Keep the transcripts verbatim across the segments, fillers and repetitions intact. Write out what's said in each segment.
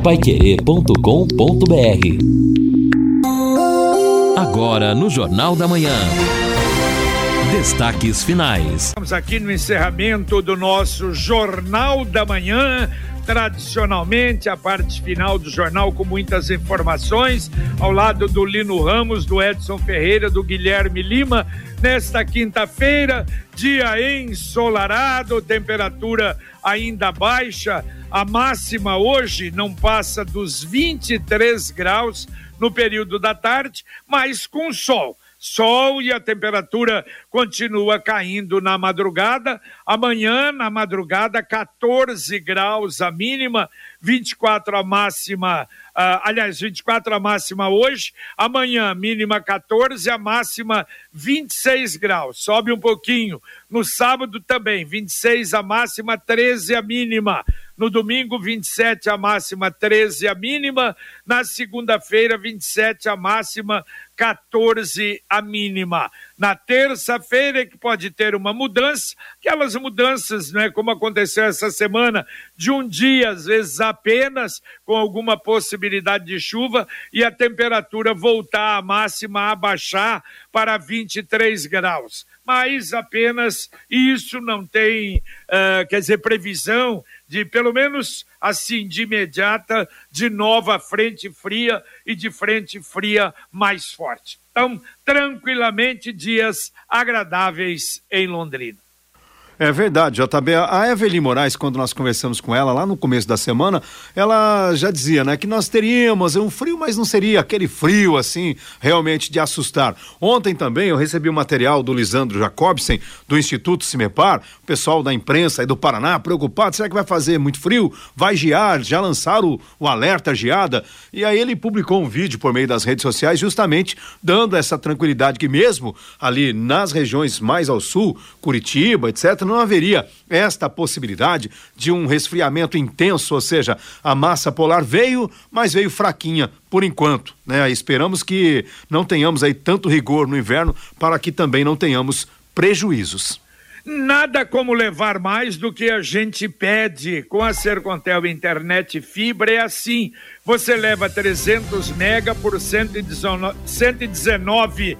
paiquerê ponto com ponto br. Agora no Jornal da Manhã. Destaques finais. Estamos aqui no encerramento do nosso Jornal da Manhã. Tradicionalmente, a parte final do jornal com muitas informações, ao lado do Lino Ramos, do Edson Ferreira, do Guilherme Lima. Nesta quinta-feira, dia ensolarado, temperatura ainda baixa. A máxima hoje não passa dos vinte e três graus no período da tarde, mas com sol. Sol e a temperatura continua caindo na madrugada. Amanhã, na madrugada, quatorze graus a mínima, vinte e quatro a máxima, uh, aliás, vinte e quatro a máxima hoje. Amanhã, mínima quatorze, a máxima vinte e seis graus. Sobe um pouquinho. No sábado também, vinte e seis a máxima, treze a mínima. No domingo, vinte e sete a máxima, treze a mínima. Na segunda-feira, vinte e sete a máxima, quatorze a mínima. Na terça-feira é que pode ter uma mudança, aquelas mudanças, né, como aconteceu essa semana, de um dia, às vezes apenas, com alguma possibilidade de chuva, e a temperatura voltar a máxima a baixar para vinte e três graus. Mas apenas isso, não tem, uh, quer dizer, previsão de, pelo menos assim, de imediata, de nova frente fria e de frente fria mais forte. Então, tranquilamente, dias agradáveis em Londrina. É verdade, J B. A Evelyn Moraes, quando nós conversamos com ela lá no começo da semana, ela já dizia, né, que nós teríamos um frio, mas não seria aquele frio, assim, realmente de assustar. Ontem também eu recebi o um material do Lisandro Jacobsen, do Instituto Cimepar, o pessoal da imprensa aí do Paraná, preocupado, será que vai fazer muito frio? Vai gear? Já lançaram o, o alerta geada? E aí ele publicou um vídeo por meio das redes sociais, justamente dando essa tranquilidade que mesmo ali nas regiões mais ao sul, Curitiba, etcétera, não haveria esta possibilidade de um resfriamento intenso, ou seja, a massa polar veio, mas veio fraquinha por enquanto, né? Esperamos que não tenhamos aí tanto rigor no inverno para que também não tenhamos prejuízos. Nada como levar mais do que a gente pede. Com a Sercontel Internet Fibra é assim. Você leva trezentos mega por cento e dezenove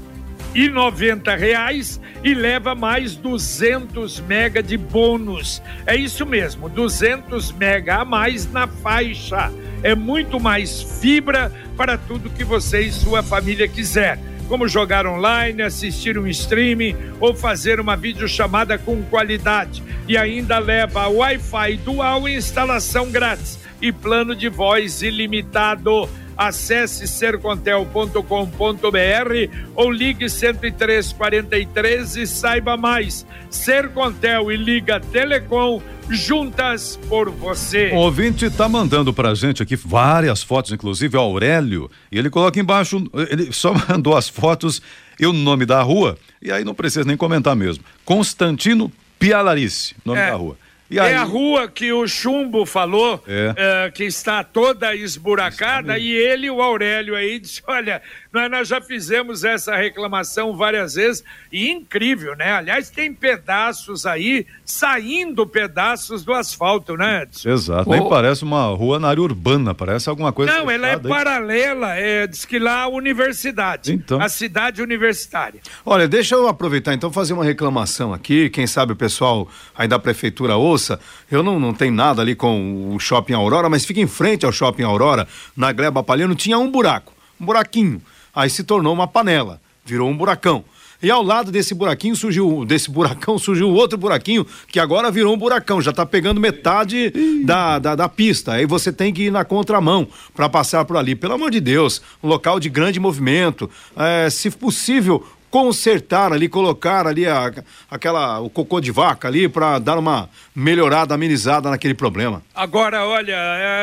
e noventa reais e leva mais duzentos mega de bônus. É isso mesmo, duzentos mega a mais na faixa. É muito mais fibra para tudo que você e sua família quiser, como jogar online, assistir um streaming ou fazer uma videochamada com qualidade. E ainda leva Wi-Fi dual e instalação grátis e plano de voz ilimitado. Acesse sercontel ponto com ponto br ou ligue cento e três, quarenta e três e saiba mais. Sercontel e Liga Telecom, juntas por você. O ouvinte tá mandando pra gente aqui várias fotos, inclusive o Aurélio, e ele coloca embaixo, ele só mandou as fotos e o nome da rua, e aí não precisa nem comentar mesmo. Constantino Pialarice, nome é. da rua. E aí... É a rua que o Chumbo falou, é. uh, que está toda esburacada, e ele, o Aurélio aí, disse, olha, nós, nós já fizemos essa reclamação várias vezes, e incrível, né? Aliás, tem pedaços aí, saindo pedaços do asfalto, né, Edson? Exato, nem oh. parece uma rua na área urbana, parece alguma coisa... Não, ela é paralela, é, diz que lá a universidade, então. a cidade universitária. Olha, deixa eu aproveitar então fazer uma reclamação aqui, quem sabe o pessoal aí da prefeitura ouça. Eu não, não tenho nada ali com o Shopping Aurora, mas fica em frente ao Shopping Aurora, na Gleba Palhano, tinha um buraco, um buraquinho, aí se tornou uma panela, virou um buracão. E ao lado desse buraquinho surgiu, desse buracão surgiu outro buraquinho, que agora virou um buracão, já tá pegando metade da, da, da pista, aí você tem que ir na contramão para passar por ali. Pelo amor de Deus, um local de grande movimento, é, se possível, consertar ali, colocar ali a, aquela, o cocô de vaca ali para dar uma melhorada, amenizada naquele problema. Agora, olha,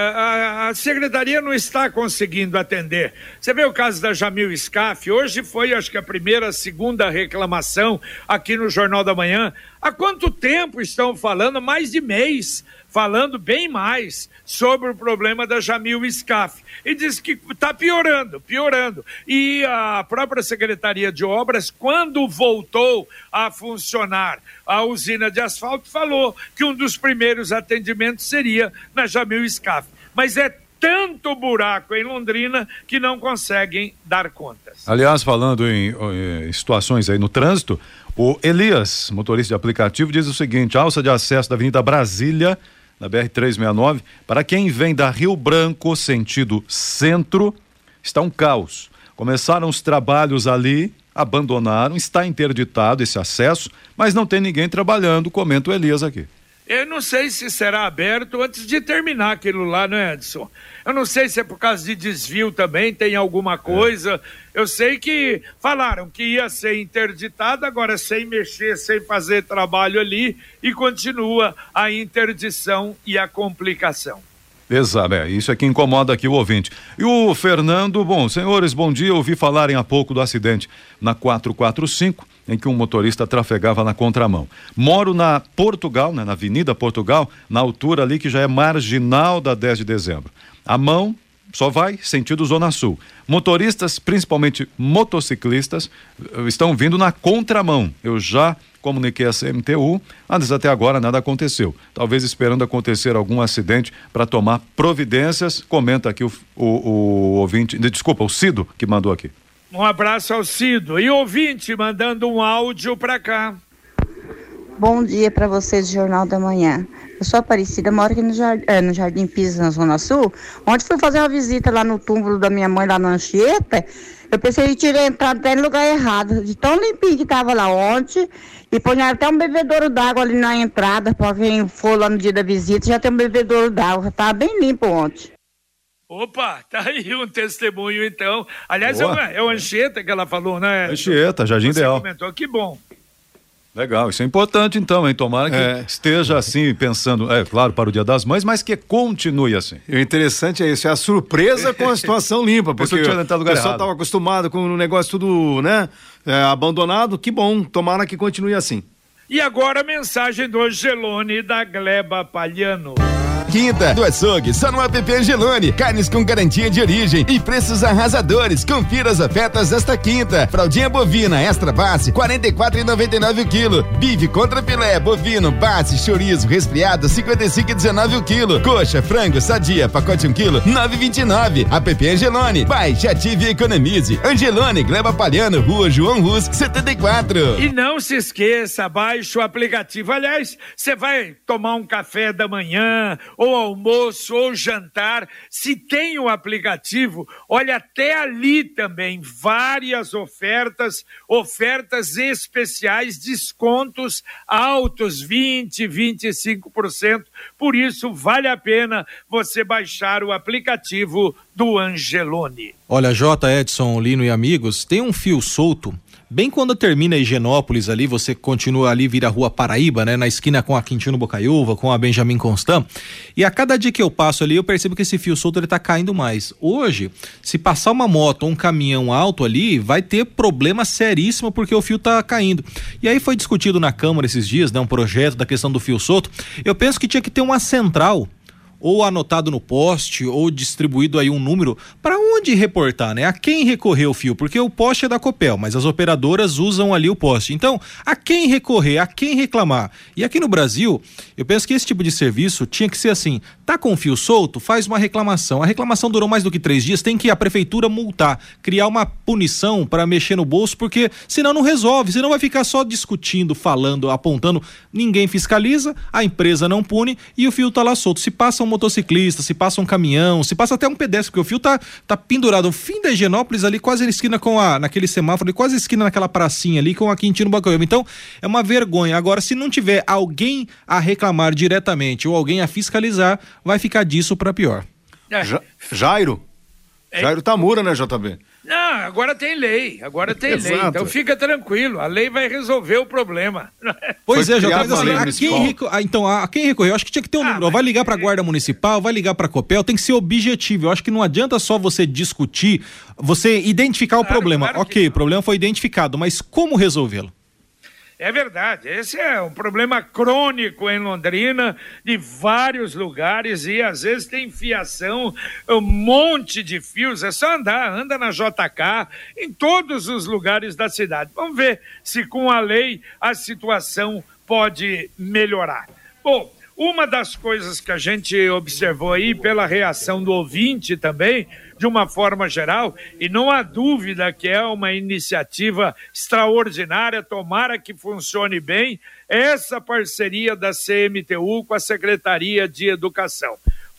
a, a secretaria não está conseguindo atender. Você vê o caso da Jamil Scaff, hoje foi, acho que a primeira, a segunda reclamação aqui no Jornal da Manhã. Há quanto tempo estão falando? Mais de mês, falando bem mais sobre o problema da Jamil Scaff. E diz que está piorando, piorando. E a própria Secretaria de Obras, quando voltou a funcionar a usina de asfalto, falou que um dos primeiros atendimentos seria na Jamil Scaff. Mas é tanto buraco em Londrina que não conseguem dar contas. Aliás, falando em, em situações aí no trânsito, o Elias, motorista de aplicativo, diz o seguinte: alça de acesso da Avenida Brasília, na B R trezentos e sessenta e nove, para quem vem da Rio Branco, sentido centro, está um caos. Começaram os trabalhos ali, abandonaram, está interditado esse acesso, mas não tem ninguém trabalhando, comenta o Elias aqui. Eu não sei se será aberto antes de terminar aquilo lá, né, Edson? Eu não sei se é por causa de desvio também, tem alguma coisa. É. Eu sei que falaram que ia ser interditado, agora sem mexer, sem fazer trabalho ali, e continua a interdição e a complicação. Exato, é, isso é que incomoda aqui o ouvinte. E o Fernando, bom, senhores, bom dia, eu ouvi falarem há pouco do acidente na quatrocentos e quarenta e cinco, em que um motorista trafegava na contramão. Moro na Portugal, né, na Avenida Portugal, na altura ali que já é marginal da dez de dezembro. A mão só vai sentido Zona Sul. Motoristas, principalmente motociclistas, estão vindo na contramão. Eu já comuniquei a C M T U, mas até agora nada aconteceu. Talvez esperando acontecer algum acidente para tomar providências. Comenta aqui o, o, o ouvinte, desculpa, o Cido que mandou aqui. Um abraço ao Cido. E ouvinte mandando um áudio para cá. Bom dia para vocês do Jornal da Manhã. Eu sou Aparecida, moro aqui no Jardim, é, no Jardim Pisa, na Zona Sul. Ontem fui fazer uma visita lá no túmulo da minha mãe, lá na Anchieta. Eu pensei que tinha entrado até no lugar errado, de tão limpinho que estava lá ontem. E ponharam até um bebedouro d'água ali na entrada, para quem for lá no dia da visita, já tem um bebedouro d'água. Estava bem limpo ontem. Opa, tá aí um testemunho então. Aliás, é, uma, é o Anchieta que ela falou, né? Anchieta, Jardim Você Ideal. Comentou, que bom. Legal, isso é importante então, hein? Tomara que é. esteja assim, pensando, é claro, para o Dia das Mães, mas que continue assim. E o interessante é isso, é a surpresa com a situação limpa, porque o pessoal estava acostumado com o negócio tudo, né, é, abandonado, que bom, tomara que continue assim. E agora a mensagem do Angelone da Gleba Palhano. Quinta do açougue, só no app Angelone. Carnes com garantia de origem e preços arrasadores. Confira as ofertas desta quinta. Fraldinha bovina extra base, quarenta e quatro reais e noventa e nove centavos o quilo. Bife contra filé, bovino, base, chorizo, resfriado, cinquenta e cinco reais e dezenove centavos o quilo. Coxa, frango, sadia, pacote um quilo, nove reais e vinte e nove centavos. App Angelone. Baixe, ative e economize. Angelone, Gleba Palhano, Rua João Rus, setenta e quatro. E não se esqueça, baixe o aplicativo. Aliás, você vai tomar um café da manhã, ou almoço, ou jantar, se tem o aplicativo, olha, até ali também, várias ofertas, ofertas especiais, descontos altos, vinte, vinte e cinco por cento, por isso vale a pena você baixar o aplicativo do Angelone. Olha, J, Edson, Lino e amigos, tem um fio solto. Bem quando termina Higienópolis ali, você continua ali, vira a Rua Paraíba, né? Na esquina com a Quintino Bocaiúva, com a Benjamin Constant. E a cada dia que eu passo ali, eu percebo que esse fio solto ele tá caindo mais. Hoje, se passar uma moto ou um caminhão alto ali, vai ter problema seríssimo porque o fio tá caindo. E aí foi discutido na Câmara esses dias, né? Um projeto da questão do fio solto. Eu penso que tinha que ter uma central, ou anotado no poste, ou distribuído aí um número, para onde reportar, né? A quem recorrer o fio, porque o poste é da Copel, mas as operadoras usam ali o poste. Então, a quem recorrer, a quem reclamar? E aqui no Brasil, eu penso que esse tipo de serviço tinha que ser assim, tá com o fio solto, faz uma reclamação. A reclamação durou mais do que três dias, tem que a prefeitura multar, criar uma punição para mexer no bolso, porque senão não resolve, senão vai ficar só discutindo, falando, apontando, ninguém fiscaliza, a empresa não pune e o fio tá lá solto. Se passa um motociclista, se passa um caminhão, se passa até um pedestre, porque o fio tá, tá pendurado no fim da Higienópolis ali, quase na esquina com a, naquele semáforo ali, quase a esquina naquela pracinha ali com a Quintino Bocaiúva. Então, é uma vergonha. Agora, se não tiver alguém a reclamar diretamente ou alguém a fiscalizar, vai ficar disso para pior. É. Ja, Jairo? É. Jairo Tamura, né, J B? Não, agora tem lei, agora tem Exato. lei, então fica tranquilo, a lei vai resolver o problema. Pois Foi é, já assim, a quem reco... ah, então, a quem recorreu, eu acho que tinha que ter um ah, número, vai ligar para a Guarda Municipal, vai ligar para a Copel, tem que ser objetivo, eu acho que não adianta só você discutir, você identificar claro, o problema, claro ok, o problema foi identificado, mas como resolvê-lo? É verdade, esse é um problema crônico em Londrina, de vários lugares, e às vezes tem fiação, um monte de fios, é só andar, anda na J K, em todos os lugares da cidade. Vamos ver se com a lei a situação pode melhorar. Bom, Uma das coisas que a gente observou aí pela reação do ouvinte também, de uma forma geral, e não há dúvida que é uma iniciativa extraordinária, tomara que funcione bem, essa parceria da C M T U com a Secretaria de Educação.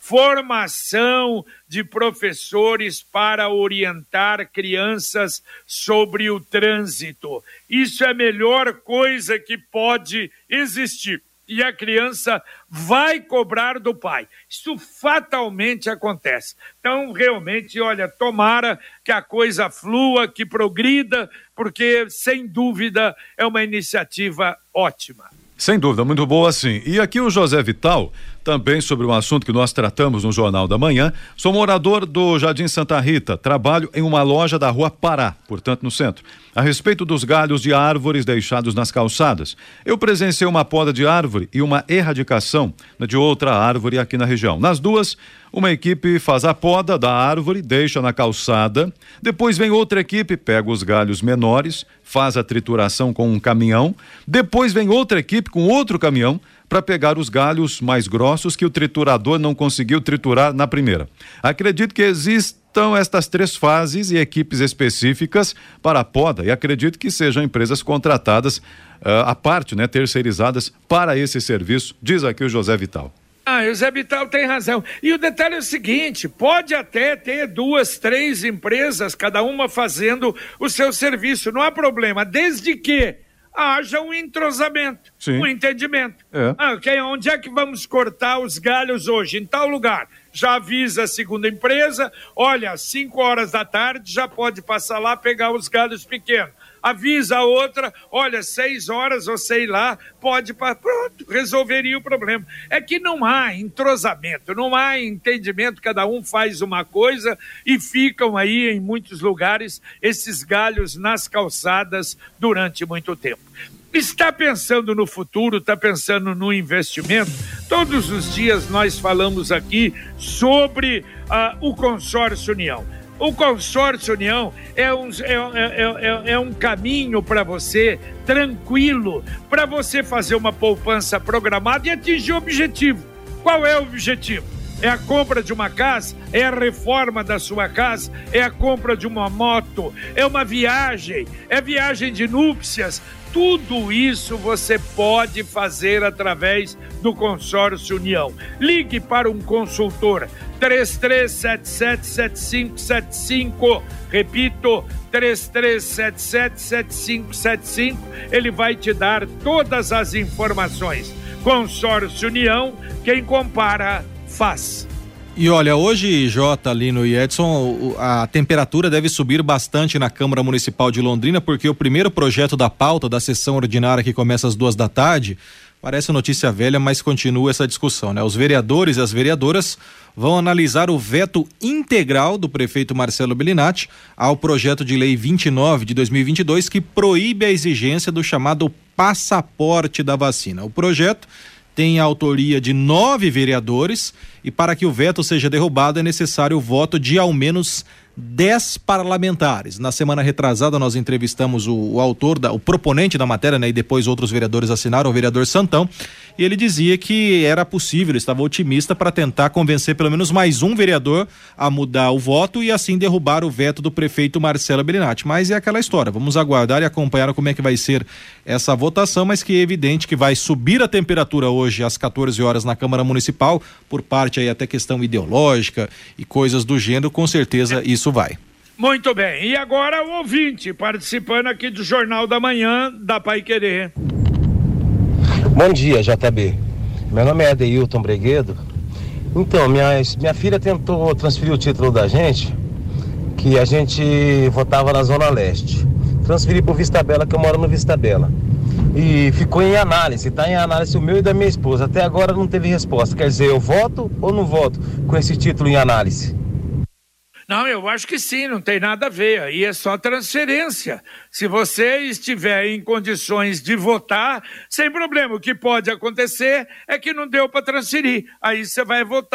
Formação de professores para orientar crianças sobre o trânsito. Isso é a melhor coisa que pode existir. E a criança vai cobrar do pai. Isso fatalmente acontece. Então, realmente, olha, tomara que a coisa flua, que progrida, porque, sem dúvida, é uma iniciativa ótima. Sem dúvida, muito boa sim. E aqui o José Vital, também sobre um assunto que nós tratamos no Jornal da Manhã. Sou morador do Jardim Santa Rita, trabalho em uma loja da Rua Pará, portanto no centro. A respeito dos galhos de árvores deixados nas calçadas, eu presenciei uma poda de árvore e uma erradicação de outra árvore aqui na região. Nas duas, uma equipe faz a poda da árvore, deixa na calçada, depois vem outra equipe, pega os galhos menores, faz a trituração com um caminhão, depois vem outra equipe com outro caminhão para pegar os galhos mais grossos que o triturador não conseguiu triturar na primeira. Acredito que existam estas três fases e equipes específicas para a poda e acredito que sejam empresas contratadas uh, à parte, né, terceirizadas para esse serviço, diz aqui o José Vital. Ah, o Zé Vital tem razão. E o detalhe é o seguinte, pode até ter duas, três empresas, cada uma fazendo o seu serviço, não há problema, desde que haja um entrosamento, Sim. um entendimento. É. Ah, okay, onde é que vamos cortar os galhos hoje? Em tal lugar. Já avisa a segunda empresa, olha, às cinco horas da tarde já pode passar lá pegar os galhos pequenos. Avisa a outra, olha, seis horas ou sei lá, pode, pronto, resolveria o problema. É que não há entrosamento, não há entendimento, cada um faz uma coisa e ficam aí em muitos lugares esses galhos nas calçadas durante muito tempo. Está pensando no futuro, está pensando no investimento? Todos os dias nós falamos aqui sobre uh, o Consórcio União. O Consórcio União é um, é, é, é, é um caminho para você, tranquilo, para você fazer uma poupança programada e atingir o objetivo. Qual é o objetivo? É a compra de uma casa? É a reforma da sua casa? É a compra de uma moto? É uma viagem? É viagem de núpcias? Tudo isso você pode fazer através do Consórcio União. Ligue para um consultor, três três sete sete, sete cinco sete cinco, repito, três três sete sete, sete cinco sete cinco, ele vai te dar todas as informações. Consórcio União, quem compara, faz. E olha, hoje, Jota, Lino e Edson, a temperatura deve subir bastante na Câmara Municipal de Londrina, porque o primeiro projeto da pauta da sessão ordinária que começa às duas da tarde, parece notícia velha, mas continua essa discussão, né? Os vereadores e as vereadoras vão analisar o veto integral do prefeito Marcelo Bellinati ao projeto de lei vinte e nove de dois mil e vinte e dois, que proíbe a exigência do chamado passaporte da vacina. O projeto tem a autoria de nove vereadores e para que o veto seja derrubado é necessário o voto de ao menos dez parlamentares. Na semana retrasada nós entrevistamos o, o autor, da, o proponente da matéria, né, e depois outros vereadores assinaram, o vereador Santão, e ele dizia que era possível, ele estava otimista para tentar convencer pelo menos mais um vereador a mudar o voto e assim derrubar o veto do prefeito Marcelo Bellinati. Mas é aquela história, vamos aguardar e acompanhar como é que vai ser essa votação, mas que é evidente que vai subir a temperatura hoje às quatorze horas na Câmara Municipal, por parte aí até questão ideológica e coisas do gênero, com certeza isso Isso vai. Muito bem, e agora o ouvinte participando aqui do Jornal da Manhã da Paiquerê. Bom dia, J B. Meu nome é Adeilton Breguedo. Então, minha, minha filha tentou transferir o título da gente, que a gente votava na Zona Leste. Transferi para o Vista Bela, que eu moro no Vista Bela. E ficou em análise, está em análise o meu e da minha esposa. Até agora não teve resposta. Quer dizer, eu voto ou não voto com esse título em análise? Não, eu acho que sim, não tem nada a ver, aí é só transferência. Se você estiver em condições de votar, sem problema, o que pode acontecer é que não deu para transferir, aí você vai votar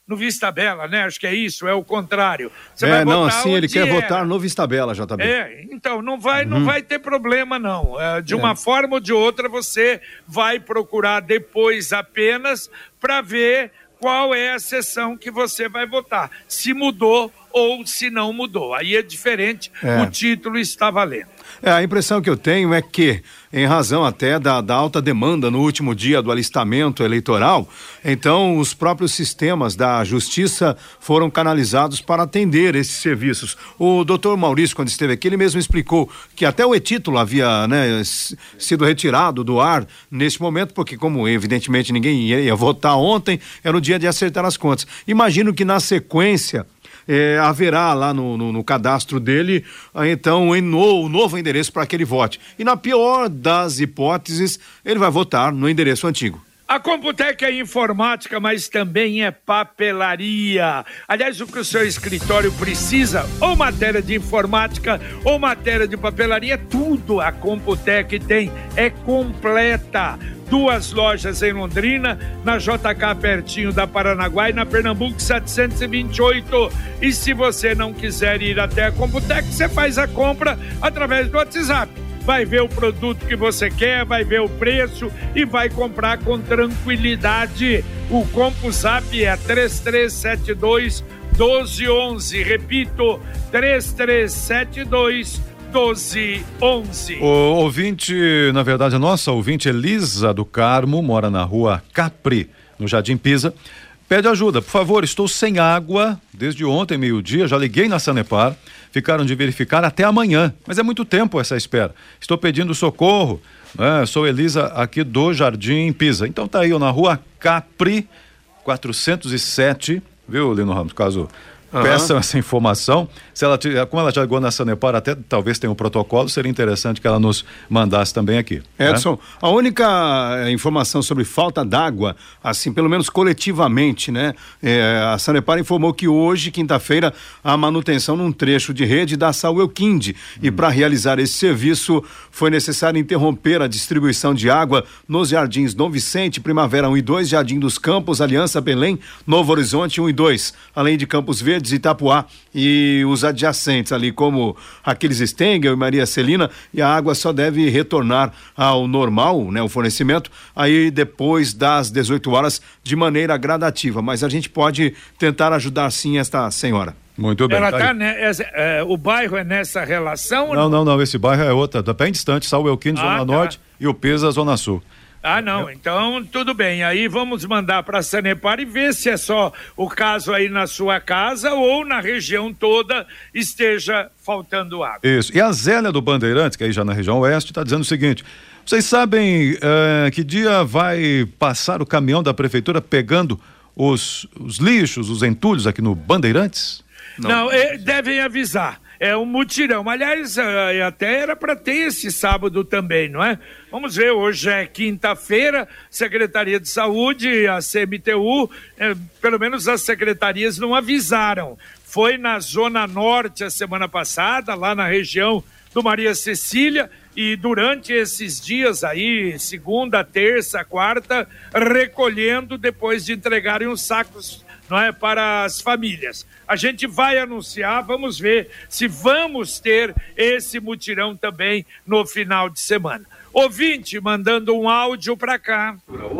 no Vista Bela, né? Acho que é isso, é o contrário. Você é, vai não, votar assim, ele quer era. votar no Vista Bela, J B. É, então, não vai, Uhum. não vai ter problema, não. É, de uma É. forma ou de outra, você vai procurar depois apenas para ver qual é a sessão que você vai votar. Se mudou ou se não mudou. Aí é diferente, É. o título está valendo. É, a impressão que eu tenho é que, em razão até da, da alta demanda no último dia do alistamento eleitoral, então os próprios sistemas da justiça foram canalizados para atender esses serviços. O doutor Maurício, quando esteve aqui, ele mesmo explicou que até o e-título havia, né, sido retirado do ar nesse momento, porque como evidentemente ninguém ia, ia votar ontem, era o dia de acertar as contas. Imagino que na sequência É, haverá lá no, no, no cadastro dele, então, o no, novo endereço para que ele vote. E na pior das hipóteses, ele vai votar no endereço antigo. A Computec é informática, mas também é papelaria. Aliás, o que o seu escritório precisa, ou matéria de informática, ou matéria de papelaria, tudo a Computec tem, é completa. Duas lojas em Londrina, na J K pertinho da Paranaguá e na Pernambuco setecentos e vinte e oito. E se você não quiser ir até a Computec, você faz a compra através do WhatsApp. Vai ver o produto que você quer, vai ver o preço e vai comprar com tranquilidade. O CompuZap é três três sete dois, um dois um um. Repito, três três sete dois, um dois um um. O ouvinte, na verdade, a nossa ouvinte Elisa do Carmo, mora na rua Capri, no Jardim Pisa, pede ajuda. Por favor, estou sem água desde ontem, meio-dia, já liguei na Sanepar, ficaram de verificar até amanhã, mas é muito tempo essa espera. Estou pedindo socorro, né? Sou Elisa aqui do Jardim Pisa. Então tá aí, ó, na rua Capri, quatrocentos e sete, viu, Lino Ramos, caso... Uhum. Peçam essa informação. Se ela, como ela já chegou na Sanepar, até talvez tenha um protocolo, seria interessante que ela nos mandasse também aqui. Edson, né? A única informação sobre falta d'água, assim, pelo menos coletivamente, né? É, a Sanepar informou que hoje, quinta-feira, há manutenção num trecho de rede da Sauelquinde. Hum. E para realizar esse serviço, foi necessário interromper a distribuição de água nos jardins Dom Vicente, Primavera um e dois, Jardim dos Campos, Aliança Belém, Novo Horizonte um e dois, além de Campos Verdes, Itapuá e os adjacentes ali, como aqueles Stengel e Maria Celina, e a água só deve retornar ao normal, né, o fornecimento, aí depois das dezoito horas, de maneira gradativa, mas a gente pode tentar ajudar sim esta senhora. Muito bem. Ela tá tá, né, é, é, o bairro é nessa relação? Não, não, não, esse bairro é outra, tá bem distante, Sauelquinde, Ah, Zona tá. Norte, e o Pisa, Zona Sul. Ah, não, então tudo bem, aí vamos mandar para a Sanepar e ver se é só o caso aí na sua casa ou na região toda esteja faltando água. Isso, e a Zélia do Bandeirantes, que aí já na região oeste, está dizendo o seguinte: vocês sabem uh, que dia vai passar o caminhão da prefeitura pegando os, os lixos, os entulhos aqui no Bandeirantes? Não, não é, devem avisar. É um mutirão. Aliás, até era para ter esse sábado também, não é? Vamos ver, hoje é quinta-feira, Secretaria de Saúde, a C M T U, eh, pelo menos as secretarias não avisaram. Foi na Zona Norte a semana passada, lá na região do Maria Cecília, e durante esses dias aí, segunda, terça, quarta, recolhendo depois de entregarem os sacos, não é, para as famílias. A gente vai anunciar, vamos ver se vamos ter esse mutirão também no final de semana. Ouvinte mandando um áudio para cá.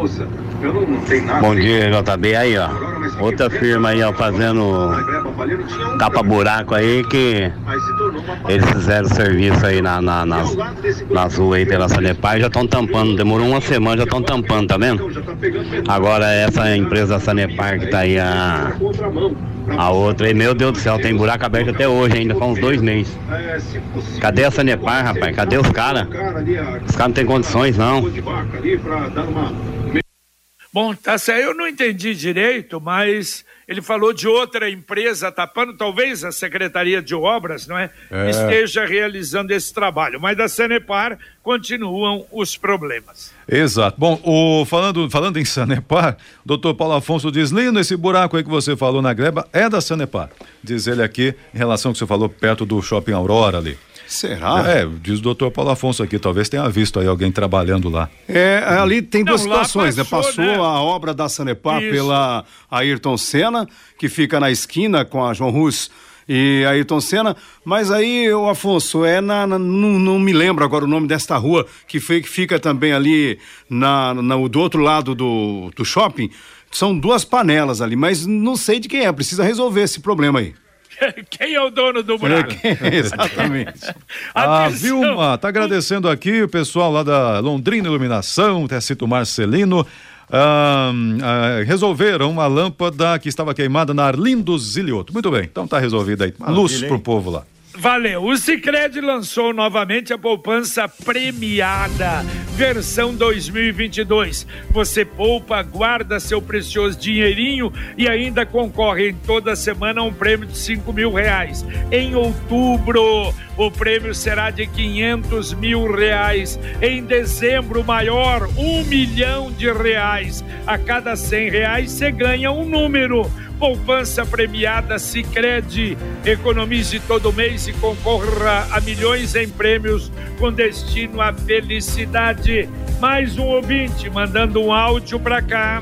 Bom dia, J B. Aí, ó, outra firma aí, ó, fazendo tapa-buraco aí, que eles fizeram serviço aí na, na, nas, nas ruas aí pela Sanepar, já estão tampando, demorou uma semana, já estão tampando, tá vendo? Agora essa empresa Sanepar que tá aí, a, a outra aí, meu Deus do céu, tem buraco aberto até hoje ainda, faz uns dois meses. Cadê a Sanepar, rapaz? Cadê os caras? Os caras não tem condições, não. Bom, tá certo, eu não entendi direito, mas ele falou de outra empresa tapando, talvez a Secretaria de Obras, não é? é. Esteja realizando esse trabalho, mas da Sanepar continuam os problemas. Exato. Bom, o, falando, falando em Sanepar, o doutor Paulo Afonso diz: Lino, esse buraco aí que você falou na greba é da Sanepar. Diz ele aqui, em relação ao que você falou perto do Shopping Aurora ali. Será? É, diz o doutor Paulo Afonso aqui, talvez tenha visto aí alguém trabalhando lá. É, ali tem duas Não, lá situações, né? passou, Passou né? a obra da Sanepar Isso. pela Ayrton Senna, que fica na esquina com a João Rus e Ayrton Senna, mas aí, o Afonso, é na, na- não, não me lembro agora o nome desta rua, que, foi, que fica também ali na, na, do outro lado do, do shopping. São duas panelas ali, mas não sei de quem é, precisa resolver esse problema aí. Quem é o dono do buraco? Exatamente. A Atenção. Vilma tá agradecendo aqui o pessoal lá da Londrina Iluminação, Tecito Marcelino. Ahn, ah, resolveram uma lâmpada que estava queimada na Arlindo Zilioto. Muito bem, então tá resolvida aí. Luz pro povo lá. Valeu. O Sicredi lançou novamente a poupança premiada, versão dois mil e vinte e dois. Você poupa, guarda seu precioso dinheirinho e ainda concorre em toda semana a um prêmio de cinco mil reais. Em outubro, o prêmio será de quinhentos mil reais. Em dezembro, maior, um milhão de reais. A cada cem reais, você ganha um número. Poupança premiada Sicredi. Economize todo mês e concorra a milhões em prêmios com destino à felicidade. Mais um ouvinte mandando um áudio pra cá.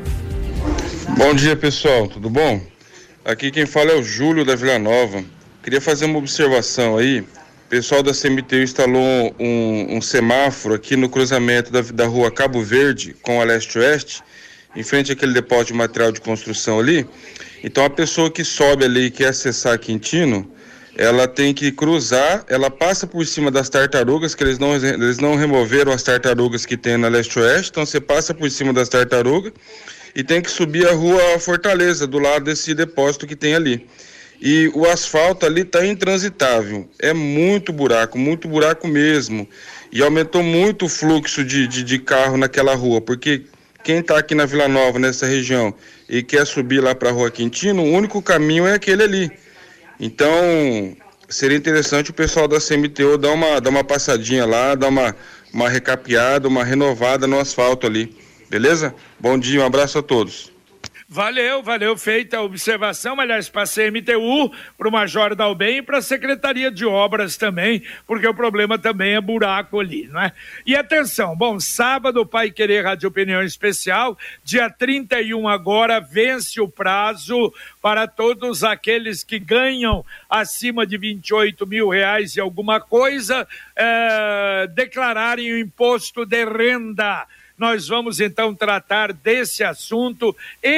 Bom dia, pessoal, tudo bom? Aqui quem fala é o Júlio da Vila Nova. Queria fazer uma observação aí. O pessoal da C M T U instalou um, um semáforo aqui no cruzamento da, da rua Cabo Verde com a leste-oeste, em frente àquele depósito de material de construção ali. Então a pessoa que sobe ali e quer acessar Quintino, ela tem que cruzar, ela passa por cima das tartarugas, que eles não, eles não removeram as tartarugas que tem na leste-oeste, então você passa por cima das tartarugas e tem que subir a rua Fortaleza, do lado desse depósito que tem ali. E o asfalto ali está intransitável, é muito buraco, muito buraco mesmo, e aumentou muito o fluxo de, de, de carro naquela rua, porque quem está aqui na Vila Nova, nessa região, e quer subir lá para a Rua Quintino, o único caminho é aquele ali. Então, seria interessante o pessoal da C M T U dar uma, dar uma passadinha lá, dar uma, uma recapeada, uma renovada no asfalto ali. Beleza? Bom dia, um abraço a todos. Valeu, valeu, feita a observação, aliás, para a C M T U, para o Major Dalben e para a Secretaria de Obras também, porque o problema também é buraco ali, não é? E atenção, bom, sábado, Pai Querer Rádio Opinião Especial, dia trinta e um agora, vence o prazo para todos aqueles que ganham acima de vinte e oito mil reais e alguma coisa, é, declararem o imposto de renda. Nós vamos então tratar desse assunto,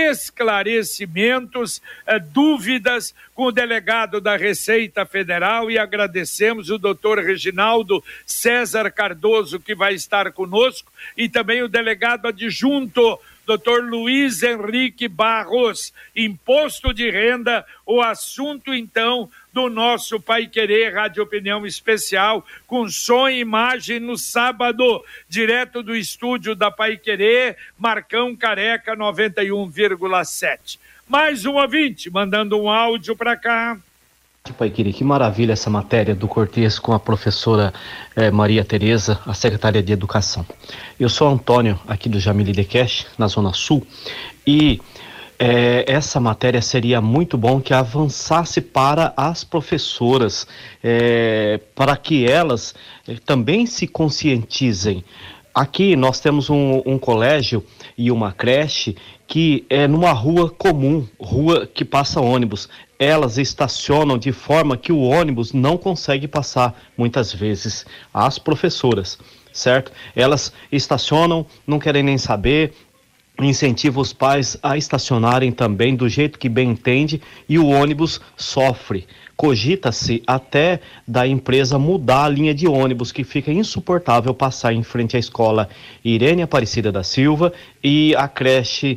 esclarecimentos, eh, dúvidas com o delegado da Receita Federal e agradecemos o doutor Reginaldo César Cardoso que vai estar conosco e também o delegado adjunto, doutor Luiz Henrique Barros. Imposto de renda, o assunto então do nosso Pai Querer Rádio Opinião Especial, com som e imagem no sábado, direto do estúdio da Pai Querer, Marcão Careca noventa e um vírgula sete. Mais um ouvinte mandando um áudio para cá. Pai Querer, que maravilha essa matéria do Cortês com a professora eh, Maria Tereza, a secretária de Educação. Eu sou Antônio, aqui do Jamile de Cash, na Zona Sul, e eh, essa matéria seria muito bom que avançasse para as professoras, eh, para que elas eh, também se conscientizem. Aqui nós temos um, um colégio e uma creche que é numa rua comum, rua que passa ônibus. Elas estacionam de forma que o ônibus não consegue passar, muitas vezes, as professoras, certo? Elas estacionam, não querem nem saber, incentiva os pais a estacionarem também do jeito que bem entende e o ônibus sofre. Cogita-se até da empresa mudar a linha de ônibus, que fica insuportável passar em frente à escola Irene Aparecida da Silva e a creche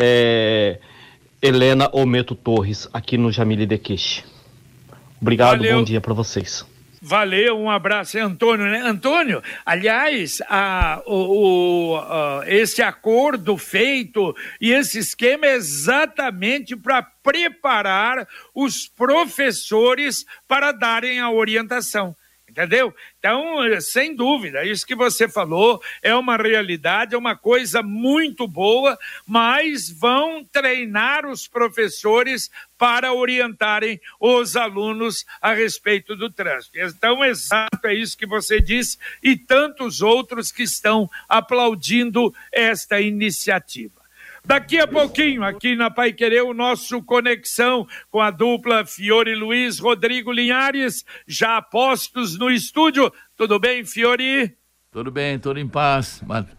é, Helena Ometo Torres, aqui no Jamile de Queixe. Obrigado, Valeu. Bom dia para vocês. Valeu, um abraço, é Antônio, né? Antônio, aliás, a, o, o, a, esse acordo feito e esse esquema é exatamente para preparar os professores para darem a orientação. Entendeu? Então, sem dúvida, isso que você falou é uma realidade, é uma coisa muito boa, mas vão treinar os professores para orientarem os alunos a respeito do trânsito. Então, exato, é isso que você disse, e tantos outros que estão aplaudindo esta iniciativa. Daqui a pouquinho, aqui na Paiquerê, o nosso Conexão com a dupla Fiore Luiz, Rodrigo Linhares, já postos no estúdio. Tudo bem, Fiore? Tudo bem, tudo em paz.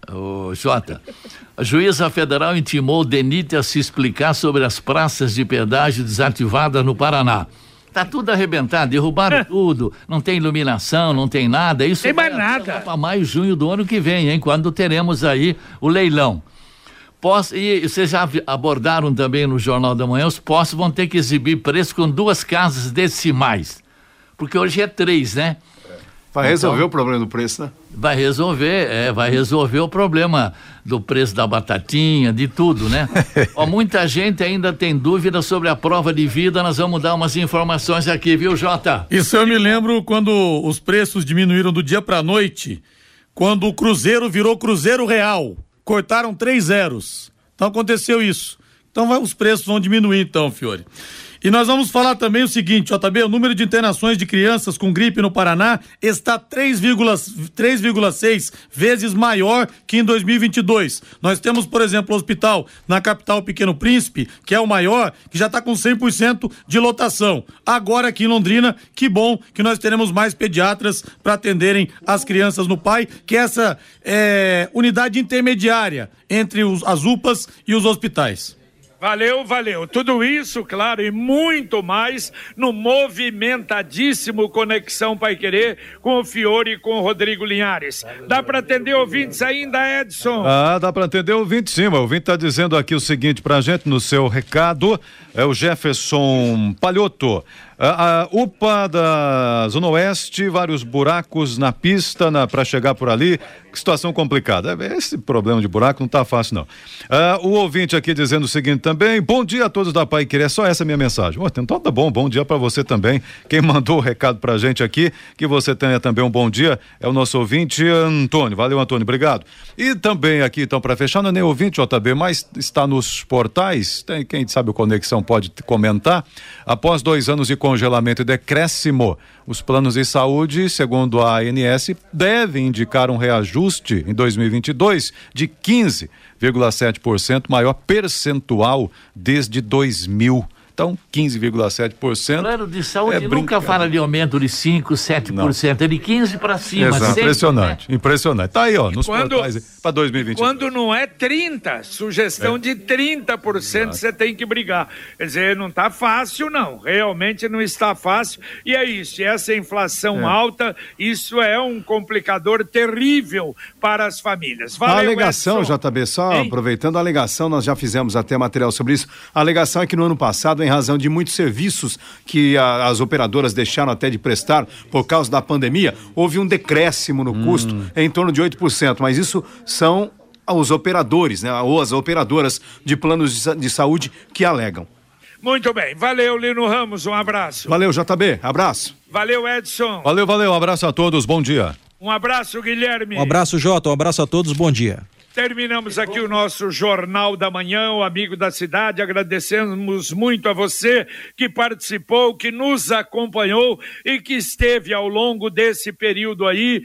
Ô, Jota, a juíza federal intimou o DENIT a se explicar sobre as praças de pedágio desativadas no Paraná. Tá tudo arrebentado, derrubaram é. tudo, não tem iluminação, não tem nada. Isso tem mais nada. Para maio, junho do ano que vem, hein? Quando teremos aí o leilão. Posso, e vocês já abordaram também no Jornal da Manhã, os postos vão ter que exibir preço com duas casas decimais, porque hoje é três, né? Vai resolver então, o problema do preço, né? Vai resolver, é, vai resolver o problema do preço da batatinha, de tudo, né? Ó, muita gente ainda tem dúvida sobre a prova de vida, nós vamos dar umas informações aqui, viu, Jota? Isso eu me lembro quando os preços diminuíram do dia pra noite, quando o Cruzeiro virou Cruzeiro Real. Cortaram três zeros. Então aconteceu isso. Então vai, os preços vão diminuir então, Fiore. E nós vamos falar também o seguinte, J B, o número de internações de crianças com gripe no Paraná está três vírgula seis vezes maior que em dois mil e vinte e dois. Nós temos, por exemplo, o hospital na capital Pequeno Príncipe, que é o maior, que já está com cem por cento de lotação. Agora aqui em Londrina, que bom que nós teremos mais pediatras para atenderem as crianças no P A I, que é essa é, unidade intermediária entre os, as U P As e os hospitais. Valeu, valeu. Tudo isso, claro, e muito mais no movimentadíssimo Conexão Paiquerê com o Fiore e com o Rodrigo Linhares. Dá para atender ouvintes ainda, Edson? Ah, dá para atender ouvintes sim. O ouvinte está dizendo aqui o seguinte pra gente no seu recado. É o Jefferson Palhoto. A, a U P A da Zona Oeste, vários buracos na pista na, para chegar por ali, que situação complicada. Esse problema de buraco não tá fácil não. Ah, o ouvinte aqui dizendo o seguinte também, bom dia a todos da Paiquerê, é só essa minha mensagem. Oh, então tá bom, bom dia para você também. Quem mandou o recado pra gente aqui, que você tenha também um bom dia, é o nosso ouvinte Antônio. Valeu, Antônio, obrigado. E também aqui, então, para fechar, não é nem ouvinte, J B, mas está nos portais, tem, quem sabe o Conexão pode comentar. Após dois anos de congelamento e decréscimo, os planos de saúde, segundo a A N S, devem indicar um reajuste em dois mil e vinte e dois de quinze vírgula sete por cento, maior percentual desde dois mil. Então, quinze vírgula sete por cento. Plano de saúde é nunca fala de aumento de cinco, sete por cento, é de quinze para cima. Exato, sempre, impressionante, né? Impressionante. Tá aí, ó, nos quando, portais para dois mil e vinte. Quando não é trinta, sugestão é. de trinta por cento você tem que brigar. Quer dizer, não tá fácil não, realmente não está fácil. E é isso, essa inflação é. alta, isso é um complicador terrível para as famílias. Valeu, a alegação, Edson. J B, só hein? aproveitando a alegação, nós já fizemos até material sobre isso. A alegação é que no ano passado, em razão de muitos serviços que a, as operadoras deixaram até de prestar por causa da pandemia, houve um decréscimo no hum. custo em torno de oito por cento, mas isso são os operadores, né, ou as operadoras de planos de, de saúde que alegam. Muito bem, valeu, Lino Ramos, um abraço. Valeu, J B, abraço. Valeu, Edson. Valeu, valeu, um abraço a todos, bom dia. Um abraço, Guilherme. Um abraço, Jota, um abraço a todos, bom dia. Terminamos aqui o nosso Jornal da Manhã, o Amigo da Cidade. Agradecemos muito a você que participou, que nos acompanhou e que esteve ao longo desse período aí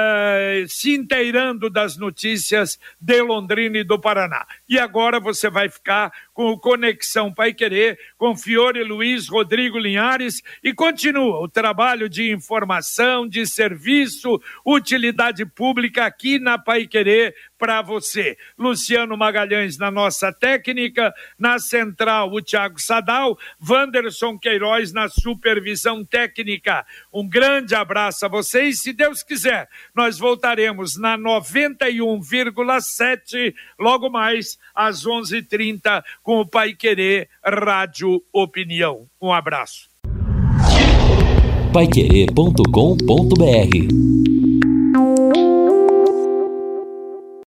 uh, se inteirando das notícias de Londrina e do Paraná. E agora você vai ficar com o Conexão Paiquerê, com Fiore Luiz, Rodrigo Linhares, e continua o trabalho de informação, de serviço, utilidade pública aqui na Paiquerê para você. Luciano Magalhães na nossa técnica, na central o Thiago Sadal, Wanderson Queiroz na supervisão técnica. Um grande abraço a vocês, se Deus quiser, nós voltaremos na noventa e um vírgula sete logo mais às onze e trinta com o Paiquerê Rádio Opinião. Um abraço. paiquerê ponto com ponto br